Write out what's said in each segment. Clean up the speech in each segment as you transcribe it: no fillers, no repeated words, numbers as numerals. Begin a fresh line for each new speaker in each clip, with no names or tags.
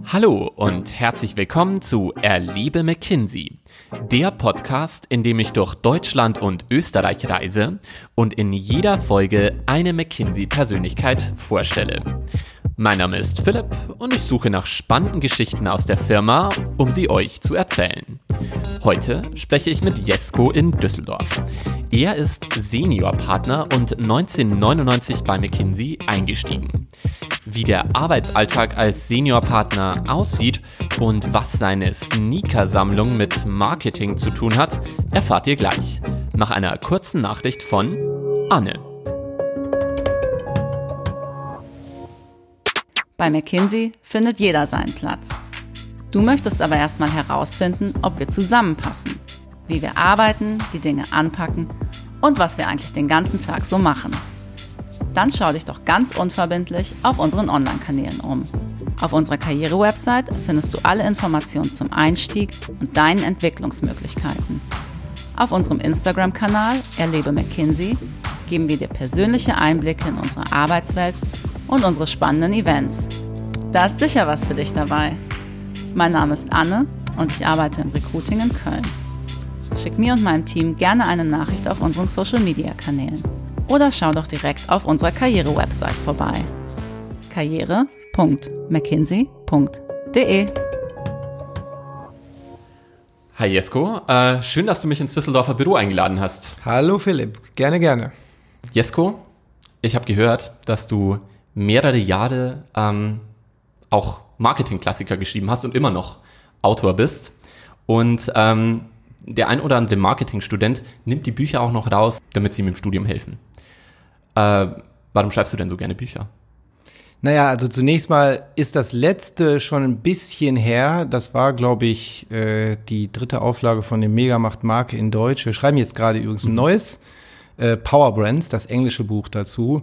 Hallo und herzlich willkommen zu Erlebe McKinsey, der Podcast, in dem ich durch Deutschland und Österreich reise und in jeder Folge eine McKinsey-Persönlichkeit vorstelle. Mein Name ist Philipp und ich suche nach spannenden Geschichten aus der Firma, um sie euch zu erzählen. Heute spreche ich mit Jesko in Düsseldorf. Er ist Seniorpartner und 1999 bei McKinsey eingestiegen. Wie der Arbeitsalltag als Seniorpartner aussieht und was seine Sneakersammlung mit Marketing zu tun hat, erfahrt ihr gleich. Nach einer kurzen Nachricht von Anne.
Bei McKinsey findet jeder seinen Platz. Du möchtest aber erstmal herausfinden, ob wir zusammenpassen, wie wir arbeiten, die Dinge anpacken und was wir eigentlich den ganzen Tag so machen. Dann schau dich doch ganz unverbindlich auf unseren Online-Kanälen um. Auf unserer Karriere-Website findest du alle Informationen zum Einstieg und deinen Entwicklungsmöglichkeiten. Auf unserem Instagram-Kanal Erlebe McKinsey geben wir dir persönliche Einblicke in unsere Arbeitswelt und unsere spannenden Events. Da ist sicher was für dich dabei. Mein Name ist Anne und ich arbeite im Recruiting in Köln. Schick mir und meinem Team gerne eine Nachricht auf unseren Social-Media-Kanälen. Oder schau doch direkt auf unserer Karriere-Website vorbei. karriere.mckinsey.de.
Hi Jesko, schön, dass du mich ins Düsseldorfer Büro eingeladen hast.
Hallo Philipp, gerne.
Jesko, ich habe gehört, dass du mehrere Jahre auch Marketing-Klassiker geschrieben hast und immer noch Autor bist. Und der ein oder andere Marketingstudent nimmt die Bücher auch noch raus, damit sie ihm im Studium helfen. Warum schreibst du denn so gerne Bücher?
Naja, also zunächst mal ist das letzte schon ein bisschen her. Das war, glaube ich, die 3. Auflage von dem Megamacht-Marke in Deutsch. Wir schreiben jetzt gerade übrigens ein neues, Power Brands, das englische Buch dazu.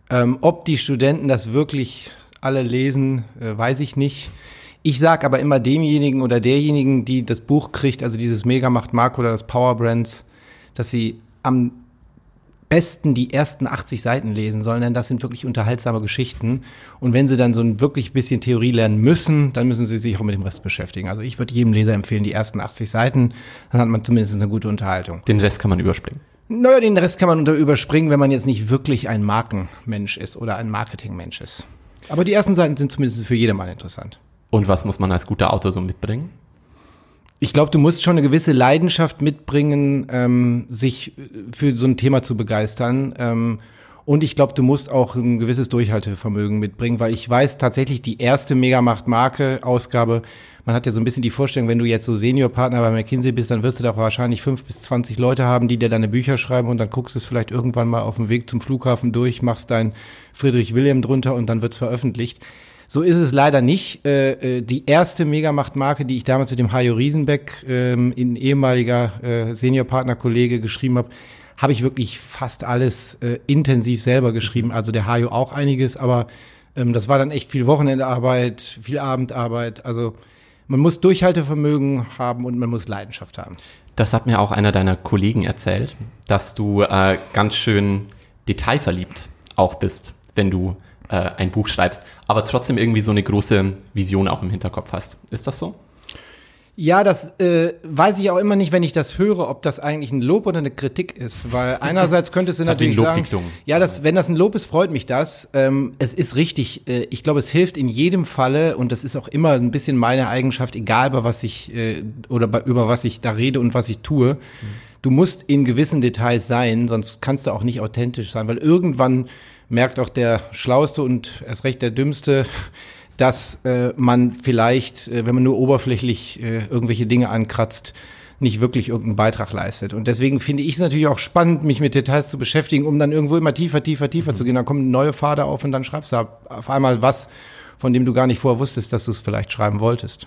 Ob die Studenten das wirklich alle lesen, weiß ich nicht. Ich sage aber immer demjenigen oder derjenigen, die das Buch kriegt, also dieses Megamacht-Marke oder das Power Brands, dass sie am besten die ersten 80 Seiten lesen sollen, denn das sind wirklich unterhaltsame Geschichten. Und wenn sie dann so ein wirklich bisschen Theorie lernen müssen, dann müssen sie sich auch mit dem Rest beschäftigen. Also ich würde jedem Leser empfehlen, die ersten 80 Seiten, dann hat man zumindest eine gute Unterhaltung.
Den Rest kann man überspringen.
Naja, den Rest kann man überspringen, wenn man jetzt nicht wirklich ein Markenmensch ist oder ein Marketingmensch ist. Aber die ersten Seiten sind zumindest für jedermann interessant.
Und was muss man als guter Autor so mitbringen?
Ich glaube, du musst schon eine gewisse Leidenschaft mitbringen, sich für so ein Thema zu begeistern. Und ich glaube, du musst auch ein gewisses Durchhaltevermögen mitbringen, weil ich weiß tatsächlich, die erste Megamacht-Marke-Ausgabe, man hat ja so ein bisschen die Vorstellung, wenn du jetzt so Seniorpartner bei McKinsey bist, dann wirst du doch wahrscheinlich 5 bis 20 Leute haben, die dir deine Bücher schreiben und dann guckst du es vielleicht irgendwann mal auf dem Weg zum Flughafen durch, machst dein Friedrich Wilhelm drunter und dann wird's veröffentlicht. So ist es leider nicht. Die erste Megamacht-Marke, die ich damals mit dem Hajo Riesenbeck, in ehemaliger Seniorpartner-Kollege geschrieben habe ich wirklich fast alles intensiv selber geschrieben. Also der Hajo auch einiges, aber das war dann echt viel Wochenendarbeit, viel Abendarbeit. Also man muss Durchhaltevermögen haben und man muss Leidenschaft haben.
Das hat mir auch einer deiner Kollegen erzählt, dass du ganz schön detailverliebt auch bist, wenn du ein Buch schreibst, aber trotzdem irgendwie so eine große Vision auch im Hinterkopf hast. Ist das so?
Ja, das weiß ich auch immer nicht, wenn ich das höre, ob das eigentlich ein Lob oder eine Kritik ist, weil einerseits könntest du natürlich sagen, ja, wenn das ein Lob ist, freut mich das. Es ist richtig, ich glaube, es hilft in jedem Falle und das ist auch immer ein bisschen meine Eigenschaft, egal über was ich über was ich da rede und was ich tue. Du musst in gewissen Details sein, sonst kannst du auch nicht authentisch sein, weil irgendwann merkt auch der Schlauste und erst recht der Dümmste, dass man vielleicht, wenn man nur oberflächlich irgendwelche Dinge ankratzt, nicht wirklich irgendeinen Beitrag leistet. Und deswegen finde ich es natürlich auch spannend, mich mit Details zu beschäftigen, um dann irgendwo immer tiefer zu gehen. Dann kommen neue Pfade auf und dann schreibst du auf einmal was, von dem du gar nicht vorher wusstest, dass du es vielleicht schreiben wolltest.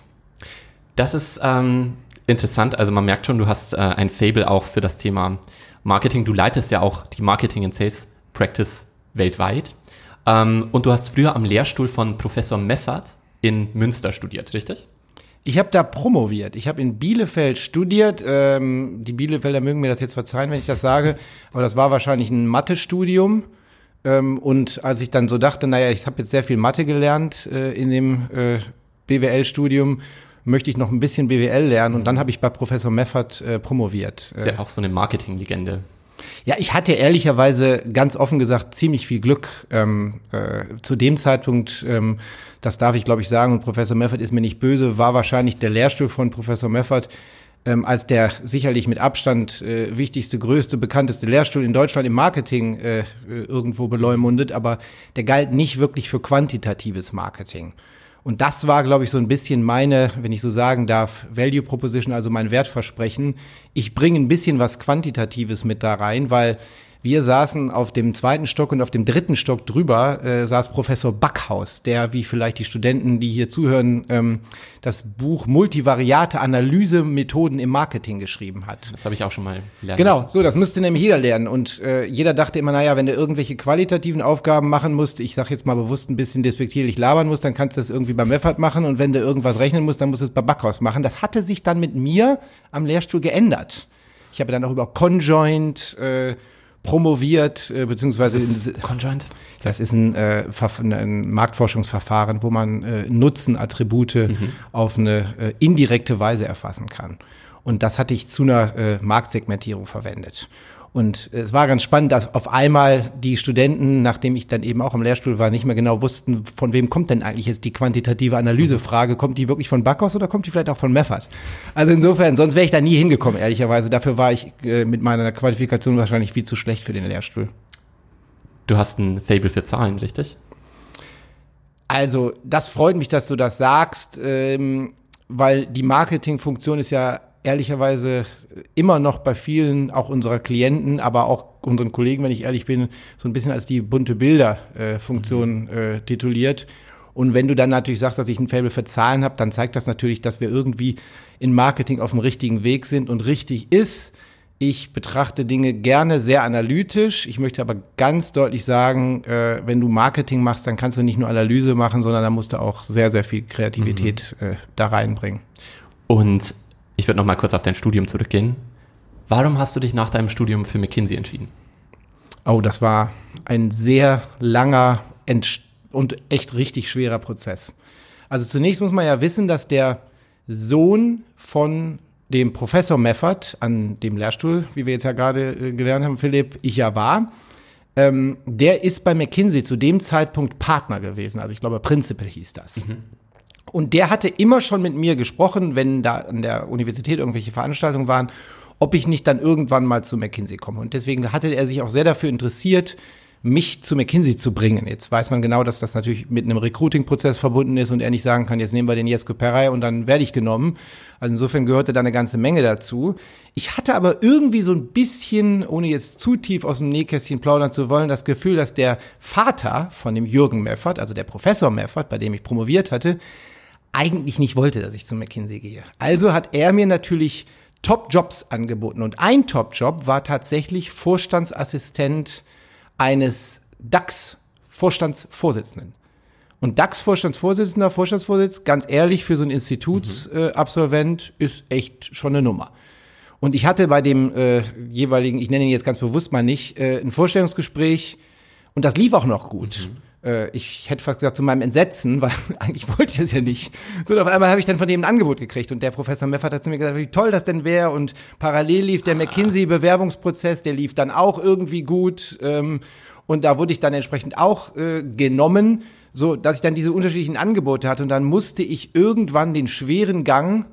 Das ist interessant. Also man merkt schon, du hast ein Faible auch für das Thema Marketing. Du leitest ja auch die Marketing and Sales Practice weltweit. Und du hast früher am Lehrstuhl von Professor Meffert in Münster studiert, richtig?
Ich habe da promoviert. Ich habe in Bielefeld studiert. Die Bielefelder mögen mir das jetzt verzeihen, wenn ich das sage. Aber das war wahrscheinlich ein Mathe-Studium. Und als ich dann so dachte, naja, ich habe jetzt sehr viel Mathe gelernt in dem BWL-Studium möchte ich noch ein bisschen BWL lernen und dann habe ich bei Professor Meffert promoviert.
Ist ja auch so eine Marketinglegende.
Ja, ich hatte ehrlicherweise ganz offen gesagt ziemlich viel Glück zu dem Zeitpunkt, das darf ich glaube ich sagen, und Professor Meffert ist mir nicht böse, war wahrscheinlich der Lehrstuhl von Professor Meffert als der sicherlich mit Abstand wichtigste, größte, bekannteste Lehrstuhl in Deutschland im Marketing irgendwo beleumundet, aber der galt nicht wirklich für quantitatives Marketing. Und das war, glaube ich, so ein bisschen meine, wenn ich so sagen darf, Value Proposition, also mein Wertversprechen. Ich bringe ein bisschen was Quantitatives mit da rein, weil wir saßen auf dem 2. Stock und auf dem 3. Stock drüber saß Professor Backhaus, der, wie vielleicht die Studenten, die hier zuhören, das Buch Multivariate Analysemethoden im Marketing geschrieben hat.
Das habe ich auch schon mal gelernt.
Genau, so, das müsste nämlich jeder lernen. Und jeder dachte immer, naja, wenn du irgendwelche qualitativen Aufgaben machen musst, ich sag jetzt mal bewusst ein bisschen despektierlich labern musst, dann kannst du das irgendwie bei Meffert machen. Und wenn du irgendwas rechnen musst, dann musst du es bei Backhaus machen. Das hatte sich dann mit mir am Lehrstuhl geändert. Ich habe dann auch über Conjoint promoviert, beziehungsweise
Conjoint?
Das ist ein Marktforschungsverfahren, wo man Nutzenattribute auf eine indirekte Weise erfassen kann. Und das hatte ich zu einer Marktsegmentierung verwendet. Und es war ganz spannend, dass auf einmal die Studenten, nachdem ich dann eben auch am Lehrstuhl war, nicht mehr genau wussten, von wem kommt denn eigentlich jetzt die quantitative Analysefrage. Kommt die wirklich von Backhaus oder kommt die vielleicht auch von Meffert? Also insofern, sonst wäre ich da nie hingekommen, ehrlicherweise. Dafür war ich mit meiner Qualifikation wahrscheinlich viel zu schlecht für den Lehrstuhl.
Du hast ein Faible für Zahlen, richtig?
Also, das freut mich, dass du das sagst, weil die Marketingfunktion ist ja ehrlicherweise immer noch bei vielen, auch unserer Klienten, aber auch unseren Kollegen, wenn ich ehrlich bin, so ein bisschen als die bunte Bilder-Funktion tituliert. Und wenn du dann natürlich sagst, dass ich ein Faible für Zahlen habe, dann zeigt das natürlich, dass wir irgendwie in Marketing auf dem richtigen Weg sind. Und richtig ist, ich betrachte Dinge gerne sehr analytisch. Ich möchte aber ganz deutlich sagen, wenn du Marketing machst, dann kannst du nicht nur Analyse machen, sondern da musst du auch sehr, sehr viel Kreativität da reinbringen.
Und ich würde noch mal kurz auf dein Studium zurückgehen. Warum hast du dich nach deinem Studium für McKinsey entschieden?
Oh, das war ein sehr langer und echt richtig schwerer Prozess. Also zunächst muss man ja wissen, dass der Sohn von dem Professor Meffert an dem Lehrstuhl, wie wir jetzt ja gerade gelernt haben, Philipp, ich ja war, der ist bei McKinsey zu dem Zeitpunkt Partner gewesen. Also ich glaube, Principal hieß das. Und der hatte immer schon mit mir gesprochen, wenn da an der Universität irgendwelche Veranstaltungen waren, ob ich nicht dann irgendwann mal zu McKinsey komme. Und deswegen hatte er sich auch sehr dafür interessiert, mich zu McKinsey zu bringen. Jetzt weiß man genau, dass das natürlich mit einem Recruiting-Prozess verbunden ist und er nicht sagen kann, jetzt nehmen wir den Jesko Perrey und dann werde ich genommen. Also insofern gehörte da eine ganze Menge dazu. Ich hatte aber irgendwie so ein bisschen, ohne jetzt zu tief aus dem Nähkästchen plaudern zu wollen, das Gefühl, dass der Vater von dem Jürgen Meffert, also der Professor Meffert, bei dem ich promoviert hatte, eigentlich nicht wollte, dass ich zu McKinsey gehe. Also hat er mir natürlich Top-Jobs angeboten. Und ein Top-Job war tatsächlich Vorstandsassistent eines DAX-Vorstandsvorsitzenden. Und DAX-Vorstandsvorsitz, ganz ehrlich, für so einen Institutsabsolvent ist echt schon eine Nummer. Und ich hatte bei dem jeweiligen, ich nenne ihn jetzt ganz bewusst mal nicht, ein Vorstellungsgespräch und das lief auch noch gut. Ich hätte fast gesagt, zu meinem Entsetzen, weil eigentlich wollte ich das ja nicht. So, und auf einmal habe ich dann von dem ein Angebot gekriegt und der Professor Meffert hat zu mir gesagt, wie toll das denn wäre und parallel lief der McKinsey-Bewerbungsprozess, der lief dann auch irgendwie gut und da wurde ich dann entsprechend auch genommen, so dass ich dann diese unterschiedlichen Angebote hatte und dann musste ich irgendwann den schweren Gang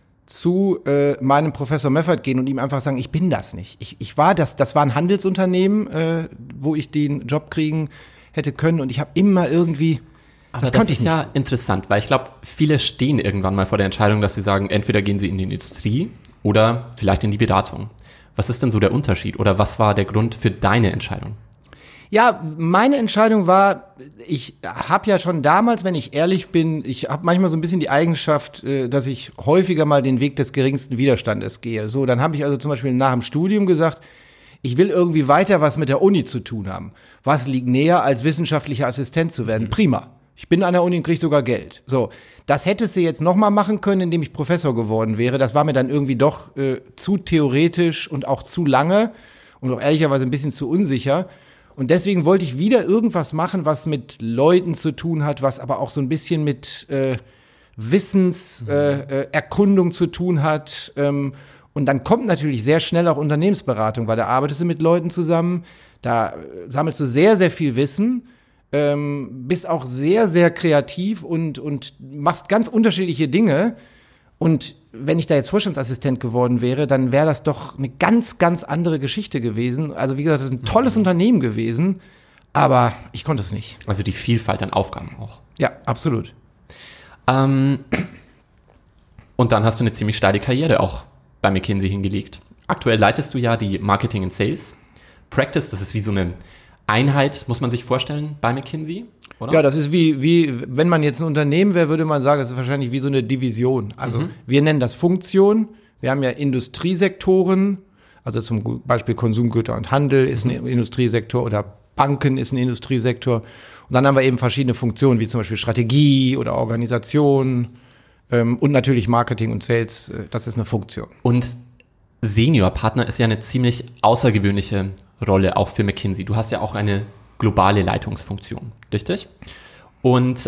zu meinem Professor Meffert gehen und ihm einfach sagen, ich bin das nicht. Ich war das war ein Handelsunternehmen, wo ich den Job kriegen hätte können und ich habe immer irgendwie,
das konnte ich nicht. Das ist ja interessant, weil ich glaube, viele stehen irgendwann mal vor der Entscheidung, dass sie sagen, entweder gehen sie in die Industrie oder vielleicht in die Beratung. Was ist denn so der Unterschied oder was war der Grund für deine Entscheidung?
Ja, meine Entscheidung war, ich habe ja schon damals, wenn ich ehrlich bin, ich habe manchmal so ein bisschen die Eigenschaft, dass ich häufiger mal den Weg des geringsten Widerstandes gehe. So, dann habe ich also zum Beispiel nach dem Studium gesagt, ich will irgendwie weiter was mit der Uni zu tun haben. Was liegt näher, als wissenschaftlicher Assistent zu werden? Prima. Ich bin an der Uni und kriege sogar Geld. So, das hättest du jetzt nochmal machen können, indem ich Professor geworden wäre. Das war mir dann irgendwie doch zu theoretisch und auch zu lange und auch ehrlicherweise ein bisschen zu unsicher. Und deswegen wollte ich wieder irgendwas machen, was mit Leuten zu tun hat, was aber auch so ein bisschen mit Wissenserkundung zu tun hat. Und dann kommt natürlich sehr schnell auch Unternehmensberatung, weil da arbeitest du mit Leuten zusammen, da sammelst du sehr, sehr viel Wissen, bist auch sehr, sehr kreativ und machst ganz unterschiedliche Dinge. Und wenn ich da jetzt Vorstandsassistent geworden wäre, dann wäre das doch eine ganz, ganz andere Geschichte gewesen. Also wie gesagt, das ist ein tolles Unternehmen gewesen, aber ich konnte es nicht.
Also die Vielfalt an Aufgaben auch.
Ja, absolut.
Und dann hast du eine ziemlich steile Karriere auch bei McKinsey hingelegt. Aktuell leitest du ja die Marketing and Sales Practice. Das ist wie so eine Einheit, muss man sich vorstellen, bei McKinsey, oder?
Ja, das ist wie, wenn man jetzt ein Unternehmen wäre, würde man sagen, das ist wahrscheinlich wie so eine Division. Also wir nennen das Funktion. Wir haben ja Industriesektoren, also zum Beispiel Konsumgüter und Handel ist ein Industriesektor oder Banken ist ein Industriesektor. Und dann haben wir eben verschiedene Funktionen, wie zum Beispiel Strategie oder Organisation und natürlich Marketing und Sales, das ist eine Funktion.
Und Seniorpartner ist ja eine ziemlich außergewöhnliche Rolle auch für McKinsey. Du hast ja auch eine globale Leitungsfunktion, richtig? Und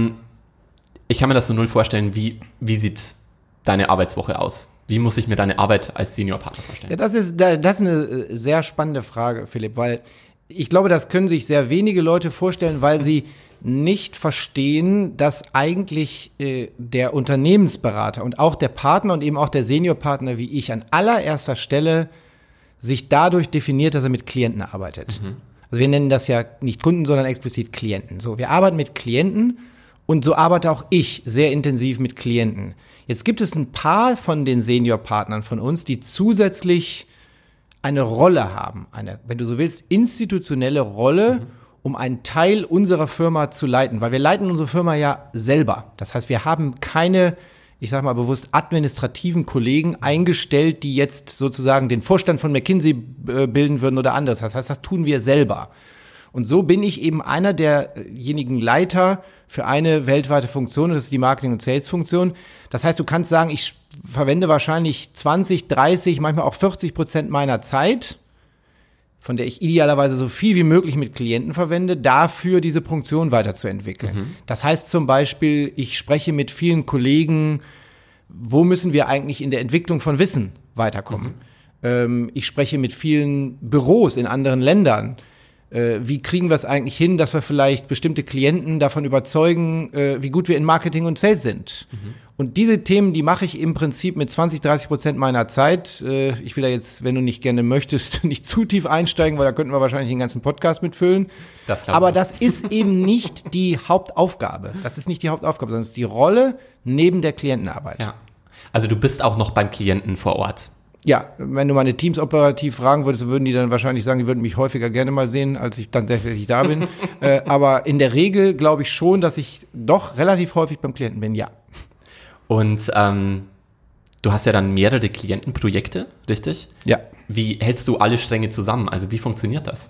ich kann mir das so null vorstellen, wie sieht deine Arbeitswoche aus? Wie muss ich mir deine Arbeit als Seniorpartner vorstellen?
Ja, das ist eine sehr spannende Frage, Philipp, weil ich glaube, das können sich sehr wenige Leute vorstellen, weil sie nicht verstehen, dass eigentlich der Unternehmensberater und auch der Partner und eben auch der Seniorpartner wie ich an allererster Stelle sich dadurch definiert, dass er mit Klienten arbeitet. Also wir nennen das ja nicht Kunden, sondern explizit Klienten. So, wir arbeiten mit Klienten und so arbeite auch ich sehr intensiv mit Klienten. Jetzt gibt es ein paar von den Seniorpartnern von uns, die zusätzlich eine Rolle haben, eine, wenn du so willst, institutionelle Rolle, um einen Teil unserer Firma zu leiten, weil wir leiten unsere Firma ja selber. Das heißt, wir haben keine, ich sage mal bewusst, administrativen Kollegen eingestellt, die jetzt sozusagen den Vorstand von McKinsey bilden würden oder anderes. Das heißt, das tun wir selber. Und so bin ich eben einer derjenigen Leiter für eine weltweite Funktion, das ist die Marketing- und Sales-Funktion. Das heißt, du kannst sagen, ich verwende wahrscheinlich 20, 30, manchmal auch 40% meiner Zeit, von der ich idealerweise so viel wie möglich mit Klienten verwende, dafür diese Funktion weiterzuentwickeln. Das heißt zum Beispiel, ich spreche mit vielen Kollegen, wo müssen wir eigentlich in der Entwicklung von Wissen weiterkommen? Ich spreche mit vielen Büros in anderen Ländern. Wie kriegen wir es eigentlich hin, dass wir vielleicht bestimmte Klienten davon überzeugen, wie gut wir in Marketing und Sales sind? Und diese Themen, die mache ich im Prinzip mit 20-30% meiner Zeit. Ich will da jetzt, wenn du nicht gerne möchtest, nicht zu tief einsteigen, weil da könnten wir wahrscheinlich den ganzen Podcast mitfüllen. Aber das ist eben nicht die Hauptaufgabe. Das ist nicht die Hauptaufgabe, sondern es ist die Rolle neben der Klientenarbeit.
Ja. Also du bist auch noch beim Klienten vor Ort.
Ja, wenn du meine Teams operativ fragen würdest, würden die dann wahrscheinlich sagen, die würden mich häufiger gerne mal sehen, als ich dann tatsächlich da bin. Aber in der Regel glaube ich schon, dass ich doch relativ häufig beim Klienten bin, ja.
Und du hast ja dann mehrere Klientenprojekte, richtig?
Ja.
Wie hältst du alle Stränge zusammen? Also wie funktioniert das?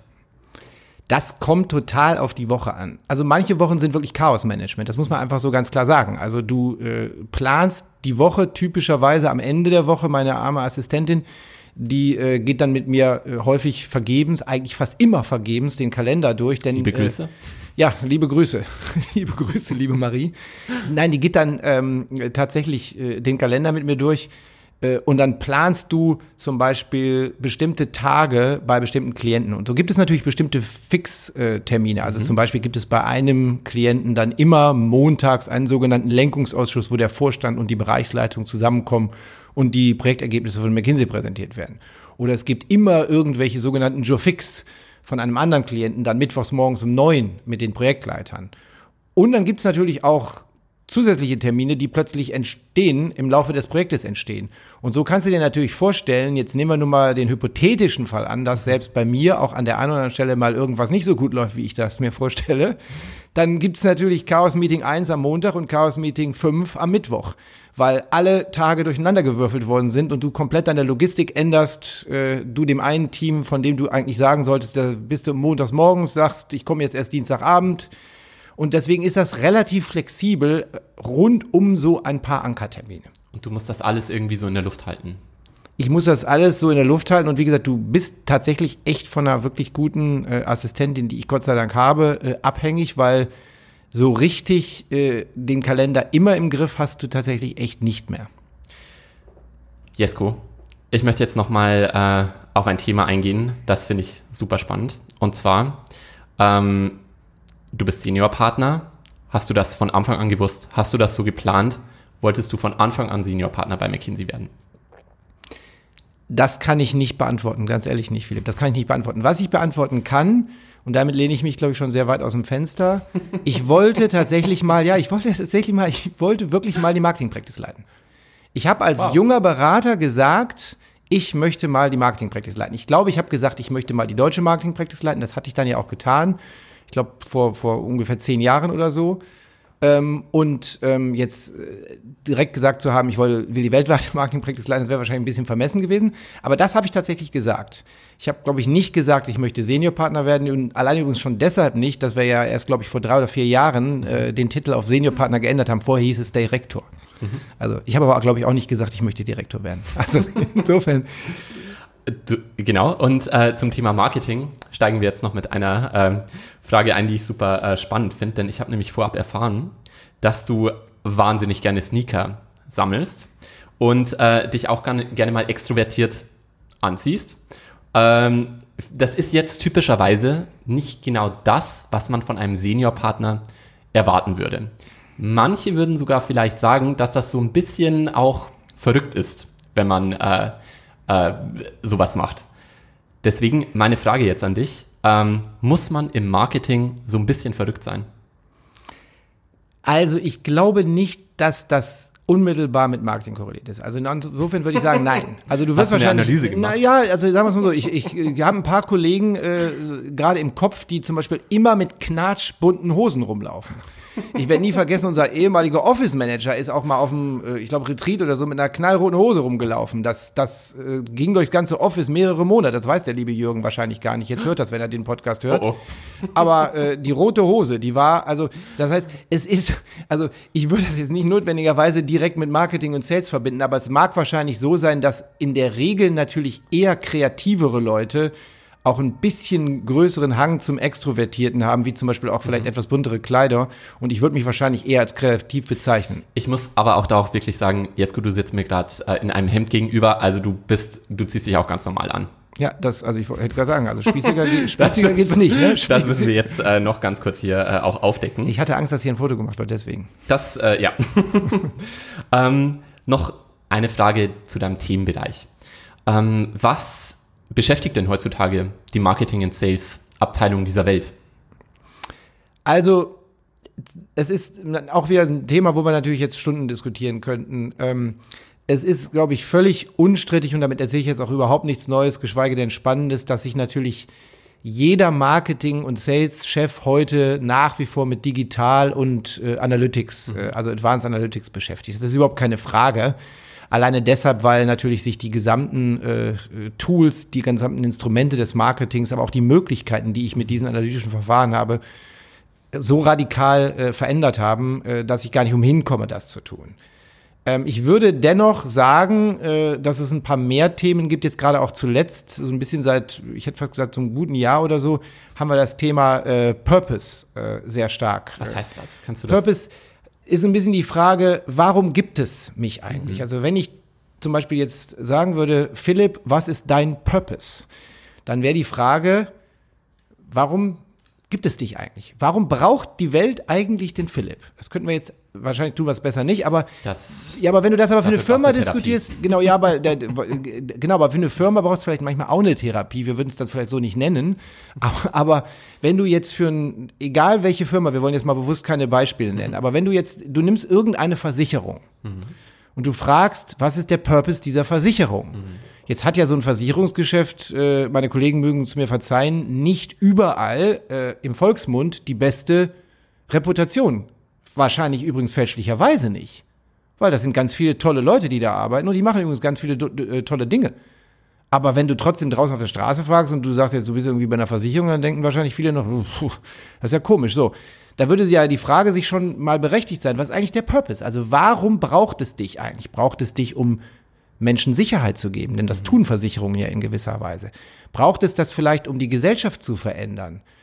Das kommt total auf die Woche an. Also manche Wochen sind wirklich Chaosmanagement, das muss man einfach so ganz klar sagen. Also du planst die Woche typischerweise am Ende der Woche, meine arme Assistentin, die geht dann mit mir häufig vergebens, eigentlich fast immer vergebens, den Kalender durch. Denn,
liebe Grüße.
Ja, liebe Grüße. Liebe Grüße, liebe Marie. Nein, die geht dann tatsächlich den Kalender mit mir durch. Und dann planst du zum Beispiel bestimmte Tage bei bestimmten Klienten. Und so gibt es natürlich bestimmte Fixtermine. Also zum Beispiel gibt es bei einem Klienten dann immer montags einen sogenannten Lenkungsausschuss, wo der Vorstand und die Bereichsleitung zusammenkommen und die Projektergebnisse von McKinsey präsentiert werden. Oder es gibt immer irgendwelche sogenannten Jour fix von einem anderen Klienten, dann mittwochs morgens um 9 mit den Projektleitern. Und dann gibt es natürlich auch zusätzliche Termine, die plötzlich entstehen, im Laufe des Projektes entstehen. Und so kannst du dir natürlich vorstellen, jetzt nehmen wir nun mal den hypothetischen Fall an, dass selbst bei mir auch an der einen oder anderen Stelle mal irgendwas nicht so gut läuft, wie ich das mir vorstelle. Dann gibt's natürlich Chaos Meeting 1 am Montag und Chaos Meeting 5 am Mittwoch, weil alle Tage durcheinander gewürfelt worden sind und du komplett deine Logistik änderst, du dem einen Team, von dem du eigentlich sagen solltest, da bist du montags morgens, sagst, ich komme jetzt erst Dienstagabend. Und deswegen ist das relativ flexibel rund um so ein paar Ankertermine.
Und du musst das alles irgendwie so in der Luft halten.
Ich muss das alles so in der Luft halten und wie gesagt, du bist tatsächlich echt von einer wirklich guten Assistentin, die ich Gott sei Dank habe, abhängig, weil so richtig den Kalender immer im Griff hast du tatsächlich echt nicht mehr.
Jesko, ich möchte jetzt nochmal auf ein Thema eingehen, das finde ich super spannend. Und zwar, du bist Seniorpartner. Hast du das von Anfang an gewusst? Hast du das so geplant? Wolltest du von Anfang an Seniorpartner bei McKinsey werden?
Das kann ich nicht beantworten, ganz ehrlich nicht, Philipp. Das kann ich nicht beantworten. Was ich beantworten kann, und damit lehne ich mich, glaube ich, schon sehr weit aus dem Fenster, ich wollte wirklich mal die Marketing-Practice leiten. Ich habe als junger Berater gesagt, ich möchte mal die Marketing-Practice leiten. Ich glaube, ich habe gesagt, ich möchte mal die deutsche Marketing-Practice leiten. Das hatte ich dann ja auch getan. Ich glaube, vor ungefähr 10 Jahren oder so. Jetzt direkt gesagt zu haben, ich will die weltweite Marketing-Practice leiten, das wäre wahrscheinlich ein bisschen vermessen gewesen. Aber das habe ich tatsächlich gesagt. Ich habe, glaube ich, nicht gesagt, ich möchte Seniorpartner werden. Und allein übrigens schon deshalb nicht, dass wir ja erst, glaube ich, vor 3 oder 4 Jahren den Titel auf Seniorpartner geändert haben. Vorher hieß es Direktor. Also ich habe aber, glaube ich, auch nicht gesagt, ich möchte Direktor werden. Also insofern.
Genau, und zum Thema Marketing steigen wir jetzt noch mit einer Frage ein, die ich super spannend finde, denn ich habe nämlich vorab erfahren, dass du wahnsinnig gerne Sneaker sammelst und dich auch gerne mal extrovertiert anziehst. Das ist jetzt typischerweise nicht genau das, was man von einem Seniorpartner erwarten würde. Manche würden sogar vielleicht sagen, dass das so ein bisschen auch verrückt ist, wenn man sowas macht. Deswegen meine Frage jetzt an dich. Muss man im Marketing so ein bisschen verrückt sein?
Also ich glaube nicht, dass das unmittelbar mit Marketing korreliert ist. Also insofern würde ich sagen, nein. Also du wirst
Hast du eine
wahrscheinlich.
Analyse gemacht?
Naja, also sagen wir es mal so, ich habe ein paar Kollegen gerade im Kopf, die zum Beispiel immer mit knatschbunten Hosen rumlaufen. Ich werde nie vergessen, unser ehemaliger Office-Manager ist auch mal auf dem, ich glaube, Retreat oder so mit einer knallroten Hose rumgelaufen. Das ging durchs ganze Office mehrere Monate. Das weiß der liebe Jürgen wahrscheinlich gar nicht. Jetzt hört das, wenn er den Podcast hört. Oh. Aber die rote Hose, die war, also das heißt, ich würde das jetzt nicht notwendigerweise direkt mit Marketing und Sales verbinden, aber es mag wahrscheinlich so sein, dass in der Regel natürlich eher kreativere Leute auch ein bisschen größeren Hang zum Extrovertierten haben, wie zum Beispiel auch vielleicht etwas buntere Kleider. Und ich würde mich wahrscheinlich eher als kreativ bezeichnen.
Ich muss aber auch da auch wirklich sagen, Jesko, du sitzt mir gerade in einem Hemd gegenüber, also du ziehst dich auch ganz normal an.
Ja, ich hätte gerade sagen, also spießiger geht's nicht. Ne?
Das müssen wir jetzt noch ganz kurz hier auch aufdecken.
Ich hatte Angst, dass hier ein Foto gemacht wird, deswegen.
Das, ja. Noch eine Frage zu deinem Themenbereich. Was beschäftigt denn heutzutage die Marketing- und Sales-Abteilung dieser Welt?
Also, es ist auch wieder ein Thema, wo wir natürlich jetzt Stunden diskutieren könnten. Es ist, glaube ich, völlig unstrittig, und damit erzähle ich jetzt auch überhaupt nichts Neues, geschweige denn Spannendes, dass sich natürlich jeder Marketing- und Sales-Chef heute nach wie vor mit Digital und Analytics, also Advanced Analytics beschäftigt. Das ist überhaupt keine Frage. Alleine deshalb, weil natürlich sich die gesamten Tools, die gesamten Instrumente des Marketings, aber auch die Möglichkeiten, die ich mit diesen analytischen Verfahren habe, so radikal verändert haben, dass ich gar nicht umhin komme, das zu tun. Ich würde dennoch sagen, dass es ein paar mehr Themen gibt, jetzt gerade auch zuletzt, so ein bisschen ich hätte fast gesagt, so einem guten Jahr oder so, haben wir das Thema Purpose sehr stark.
Was heißt das? Kannst du das?
Purpose ist ein bisschen die Frage, warum gibt es mich eigentlich? Also wenn ich zum Beispiel jetzt sagen würde, Philipp, was ist dein Purpose? Dann wäre die Frage, warum gibt es dich eigentlich? Warum braucht die Welt eigentlich den Philipp? Das könnten wir jetzt, wahrscheinlich tun wir es besser nicht, aber aber wenn du das aber für eine Firma diskutierst, aber für eine Firma brauchst du vielleicht manchmal auch eine Therapie, wir würden es dann vielleicht so nicht nennen, aber wenn du jetzt egal welche Firma, wir wollen jetzt mal bewusst keine Beispiele nennen, aber wenn du nimmst irgendeine Versicherung und du fragst, was ist der Purpose dieser Versicherung? Jetzt hat ja so ein Versicherungsgeschäft, meine Kollegen mögen es mir verzeihen, nicht überall im Volksmund die beste Reputation. Wahrscheinlich übrigens fälschlicherweise nicht. Weil das sind ganz viele tolle Leute, die da arbeiten, und die machen übrigens ganz viele tolle Dinge. Aber wenn du trotzdem draußen auf der Straße fragst und du sagst jetzt, du bist irgendwie bei einer Versicherung, dann denken wahrscheinlich viele noch, das ist ja komisch. So, da würde ja die Frage sich schon mal berechtigt sein, was ist eigentlich der Purpose? Also warum braucht es dich eigentlich? Braucht es dich, um Menschen Sicherheit zu geben? Denn das tun Versicherungen ja in gewisser Weise. Braucht es das vielleicht, um die Gesellschaft zu verändern?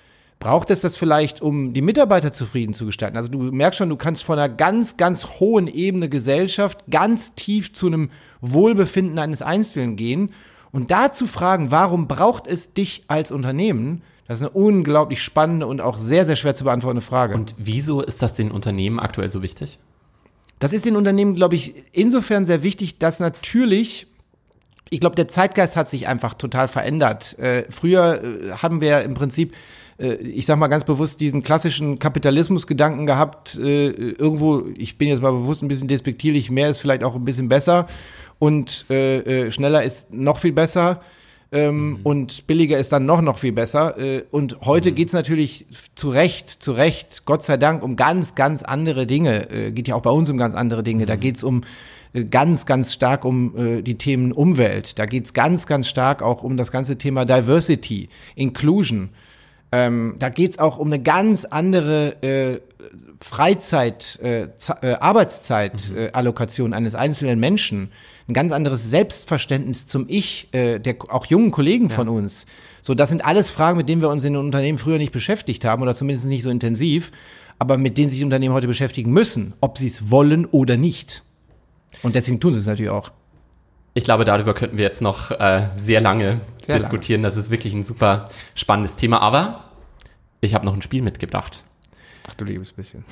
Braucht es das vielleicht, um die Mitarbeiter zufrieden zu gestalten? Also du merkst schon, du kannst von einer ganz, ganz hohen Ebene Gesellschaft ganz tief zu einem Wohlbefinden eines Einzelnen gehen und da zu fragen, warum braucht es dich als Unternehmen? Das ist eine unglaublich spannende und auch sehr, sehr schwer zu beantwortende Frage.
Und wieso ist das den Unternehmen aktuell so wichtig?
Das ist den Unternehmen, glaube ich, insofern sehr wichtig, dass natürlich, ich glaube, der Zeitgeist hat sich einfach total verändert. Früher haben wir im Prinzip, ich sag mal ganz bewusst, diesen klassischen Kapitalismusgedanken gehabt, irgendwo, ich bin jetzt mal bewusst ein bisschen despektierlich, mehr ist vielleicht auch ein bisschen besser und schneller ist noch viel besser. Und billiger ist dann noch viel besser. Und heute geht's natürlich zu Recht, Gott sei Dank, um ganz, ganz andere Dinge. Geht ja auch bei uns um ganz andere Dinge. Da geht's um ganz, ganz stark um die Themen Umwelt. Da geht's ganz, ganz stark auch um das ganze Thema Diversity, Inclusion. Da geht's auch um eine ganz andere Arbeitszeitallokation eines einzelnen Menschen. Ein ganz anderes Selbstverständnis zum Ich, der auch jungen Kollegen von uns. So, das sind alles Fragen, mit denen wir uns in den Unternehmen früher nicht beschäftigt haben oder zumindest nicht so intensiv, aber mit denen sich die Unternehmen heute beschäftigen müssen, ob sie es wollen oder nicht. Und deswegen tun sie es natürlich auch.
Ich glaube, darüber könnten wir jetzt noch sehr lange diskutieren. Das ist wirklich ein super spannendes Thema. Aber ich habe noch ein Spiel mitgebracht.
Ach du liebes bisschen.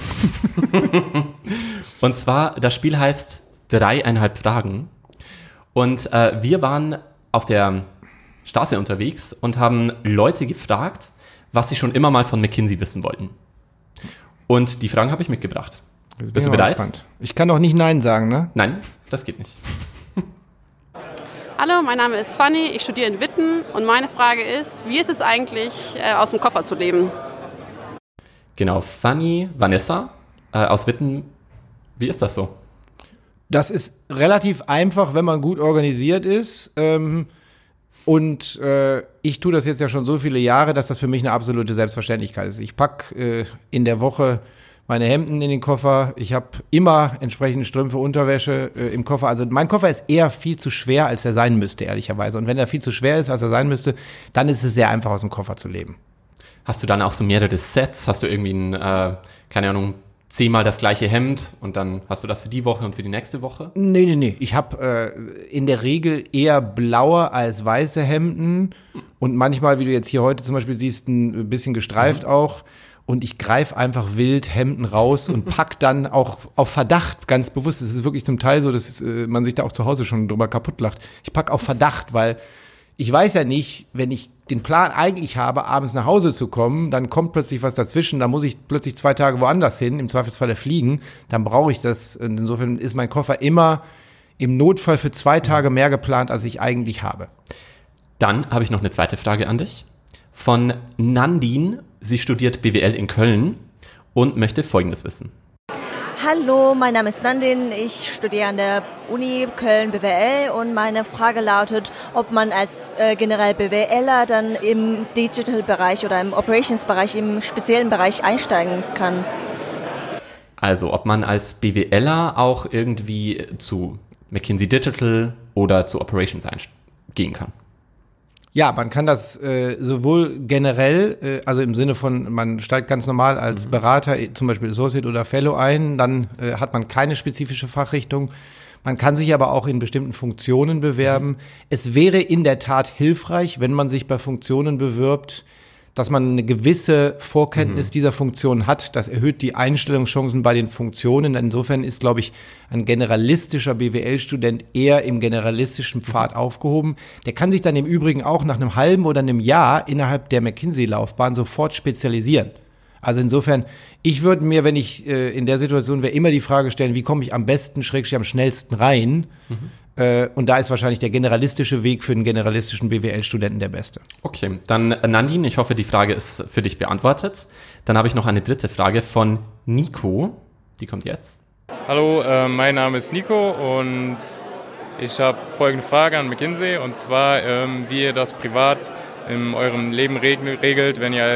Und zwar, das Spiel heißt 3,5 Fragen. Und wir waren auf der Straße unterwegs und haben Leute gefragt, was sie schon immer mal von McKinsey wissen wollten. Und die Fragen habe ich mitgebracht. Bist du bereit?
Gespannt. Ich kann doch nicht Nein sagen, ne?
Nein, das geht nicht.
Hallo, mein Name ist Fanny, ich studiere in Witten und meine Frage ist, wie ist es eigentlich, aus dem Koffer zu leben?
Genau, Fanny, Vanessa aus Witten, wie ist das so?
Das ist relativ einfach, wenn man gut organisiert ist. Und ich tue das jetzt ja schon so viele Jahre, dass das für mich eine absolute Selbstverständlichkeit ist. Ich packe in der Woche meine Hemden in den Koffer. Ich habe immer entsprechende Strümpfe, Unterwäsche im Koffer. Also mein Koffer ist eher viel zu schwer, als er sein müsste, ehrlicherweise. Und wenn er viel zu schwer ist, als er sein müsste, dann ist es sehr einfach, aus dem Koffer zu leben.
Hast du dann auch so mehrere Sets? Hast du irgendwie ein, keine Ahnung, 10-mal das gleiche Hemd und dann hast du das für die Woche und für die nächste Woche?
Nee. Ich habe in der Regel eher blaue als weiße Hemden und manchmal, wie du jetzt hier heute zum Beispiel siehst, ein bisschen gestreift auch. Und ich greife einfach wild Hemden raus und pack dann auch auf Verdacht, ganz bewusst, es ist wirklich zum Teil so, dass man sich da auch zu Hause schon drüber kaputt lacht. Ich pack auf Verdacht, weil ich weiß ja nicht, wenn ich den Plan eigentlich habe, abends nach Hause zu kommen, dann kommt plötzlich was dazwischen, dann muss ich plötzlich 2 Tage woanders hin, im Zweifelsfall fliegen, dann brauche ich das. Und insofern ist mein Koffer immer im Notfall für 2 Tage mehr geplant, als ich eigentlich habe.
Dann habe ich noch eine zweite Frage an dich. Von Nandin. Sie studiert BWL in Köln und möchte Folgendes wissen.
Hallo, mein Name ist Nandin. Ich studiere an der Uni Köln BWL und meine Frage lautet, ob man als generell BWLer dann im Digital-Bereich oder im Operations-Bereich, im speziellen Bereich einsteigen kann.
Also, ob man als BWLer auch irgendwie zu McKinsey Digital oder zu Operations gehen kann.
Ja, man kann das sowohl generell, also im Sinne von, man steigt ganz normal als Berater, zum Beispiel Associate oder Fellow ein, dann hat man keine spezifische Fachrichtung. Man kann sich aber auch in bestimmten Funktionen bewerben. Es wäre in der Tat hilfreich, wenn man sich bei Funktionen bewirbt, dass man eine gewisse Vorkenntnis dieser Funktion hat. Das erhöht die Einstellungschancen bei den Funktionen. Insofern ist, glaube ich, ein generalistischer BWL-Student eher im generalistischen Pfad aufgehoben. Der kann sich dann im Übrigen auch nach einem halben oder einem Jahr innerhalb der McKinsey-Laufbahn sofort spezialisieren. Also insofern, ich würde mir, wenn ich in der Situation wäre, immer die Frage stellen, wie komme ich am besten, / am schnellsten rein? Und da ist wahrscheinlich der generalistische Weg für den generalistischen BWL-Studenten der beste.
Okay, dann Nandin, ich hoffe, die Frage ist für dich beantwortet. Dann habe ich noch eine dritte Frage von Nico. Die kommt jetzt.
Hallo, mein Name ist Nico und ich habe folgende Frage an McKinsey. Und zwar, wie ihr das privat in eurem Leben regelt, wenn ihr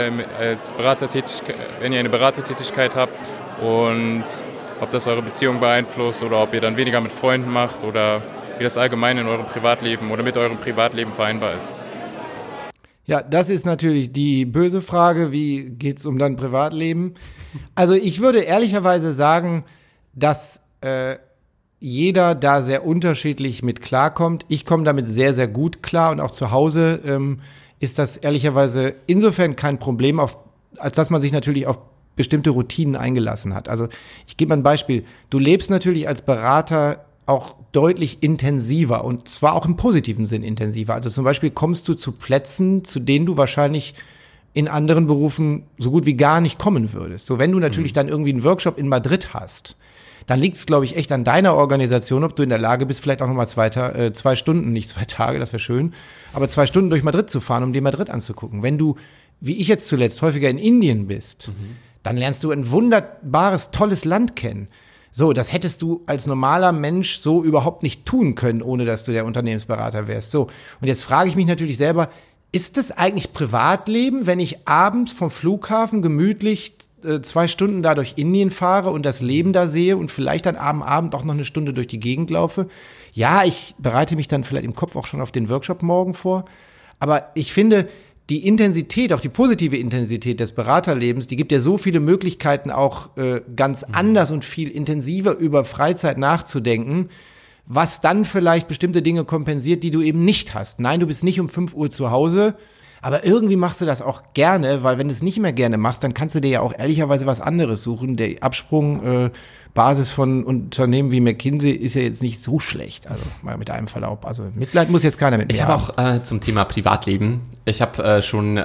eine Beratertätigkeit habt und ob das eure Beziehung beeinflusst oder ob ihr dann weniger mit Freunden macht oder wie das allgemein in eurem Privatleben oder mit eurem Privatleben vereinbar ist.
Ja, das ist natürlich die böse Frage, wie geht's um dein Privatleben? Also ich würde ehrlicherweise sagen, dass jeder da sehr unterschiedlich mit klarkommt. Ich komme damit sehr, sehr gut klar und auch zu Hause ist das ehrlicherweise insofern kein Problem, als dass man sich natürlich auf bestimmte Routinen eingelassen hat. Also ich gebe mal ein Beispiel. Du lebst natürlich als Berater auch deutlich intensiver und zwar auch im positiven Sinn intensiver. Also zum Beispiel kommst du zu Plätzen, zu denen du wahrscheinlich in anderen Berufen so gut wie gar nicht kommen würdest. So, wenn du natürlich dann irgendwie einen Workshop in Madrid hast, dann liegt es, glaube ich, echt an deiner Organisation, ob du in der Lage bist, vielleicht auch nochmal 2 Stunden, nicht 2 Tage, das wäre schön, aber 2 Stunden durch Madrid zu fahren, um dir Madrid anzugucken. Wenn du, wie ich jetzt zuletzt, häufiger in Indien bist, dann lernst du ein wunderbares, tolles Land kennen. So, das hättest du als normaler Mensch so überhaupt nicht tun können, ohne dass du der Unternehmensberater wärst. So, und jetzt frage ich mich natürlich selber, ist das eigentlich Privatleben, wenn ich abends vom Flughafen gemütlich 2 Stunden da durch Indien fahre und das Leben da sehe und vielleicht dann am Abend auch noch eine Stunde durch die Gegend laufe? Ja, ich bereite mich dann vielleicht im Kopf auch schon auf den Workshop morgen vor. Aber ich finde, die Intensität, auch die positive Intensität des Beraterlebens, die gibt ja so viele Möglichkeiten, auch ganz anders und viel intensiver über Freizeit nachzudenken, was dann vielleicht bestimmte Dinge kompensiert, die du eben nicht hast. Nein, du bist nicht um 5 Uhr zu Hause, aber irgendwie machst du das auch gerne, weil wenn du es nicht mehr gerne machst, dann kannst du dir ja auch ehrlicherweise was anderes suchen. Der Absprung Basis von Unternehmen wie McKinsey ist ja jetzt nicht so schlecht, also mal mit einem Verlaub. Also Mitleid muss jetzt keiner mit mir haben.
Ich habe auch zum Thema Privatleben, ich habe schon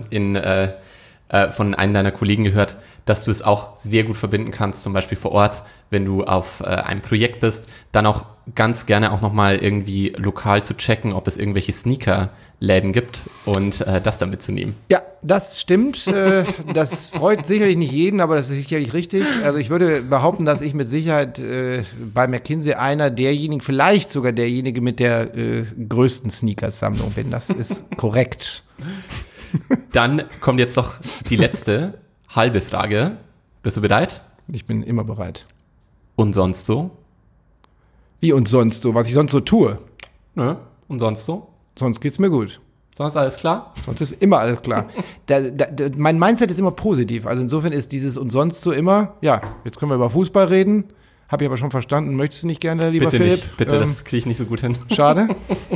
von einem deiner Kollegen gehört, dass du es auch sehr gut verbinden kannst, zum Beispiel vor Ort, wenn du auf einem Projekt bist, dann auch ganz gerne auch nochmal irgendwie lokal zu checken, ob es irgendwelche Sneakerläden gibt und das dann mitzunehmen.
Ja, das stimmt. Das freut sicherlich nicht jeden, aber das ist sicherlich richtig. Also ich würde behaupten, dass ich mit Sicherheit bei McKinsey einer derjenigen, vielleicht sogar derjenige mit der größten Sneakers-Sammlung bin. Das ist korrekt.
Dann kommt jetzt noch die letzte halbe Frage. Bist du bereit?
Ich bin immer bereit.
Und sonst so?
Wie und sonst so? Was ich sonst so tue?
Ne? Und sonst so?
Sonst geht's mir gut.
Sonst alles klar?
Sonst ist immer alles klar. Mein Mindset ist immer positiv. Also insofern ist dieses und sonst so immer, ja, jetzt können wir über Fußball reden. Habe ich aber schon verstanden. Möchtest du nicht gerne, lieber
Bitte
Philipp?
Nicht. Bitte, das kriege ich nicht so gut hin.
Schade.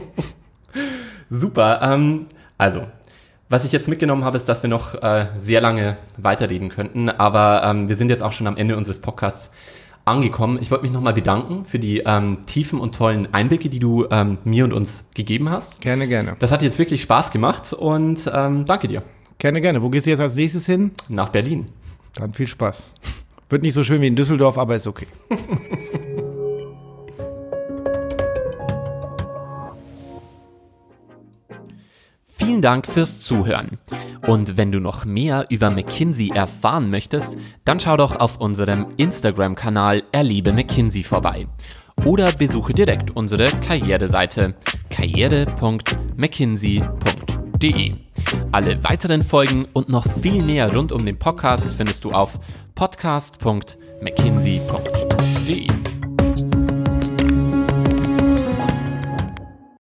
Super. Also, was ich jetzt mitgenommen habe, ist, dass wir noch sehr lange weiterreden könnten. Aber wir sind jetzt auch schon am Ende unseres Podcasts angekommen. Ich wollte mich nochmal bedanken für die tiefen und tollen Einblicke, die du mir und uns gegeben hast.
Gerne, gerne.
Das hat jetzt wirklich Spaß gemacht und danke dir.
Gerne, gerne. Wo gehst du jetzt als nächstes hin?
Nach Berlin.
Dann viel Spaß. Wird nicht so schön wie in Düsseldorf, aber ist okay.
Vielen Dank fürs Zuhören. Und wenn du noch mehr über McKinsey erfahren möchtest, dann schau doch auf unserem Instagram-Kanal Erlebe McKinsey vorbei. Oder besuche direkt unsere Karriereseite karriere.mckinsey.de. Alle weiteren Folgen und noch viel mehr rund um den Podcast findest du auf podcast.mckinsey.de.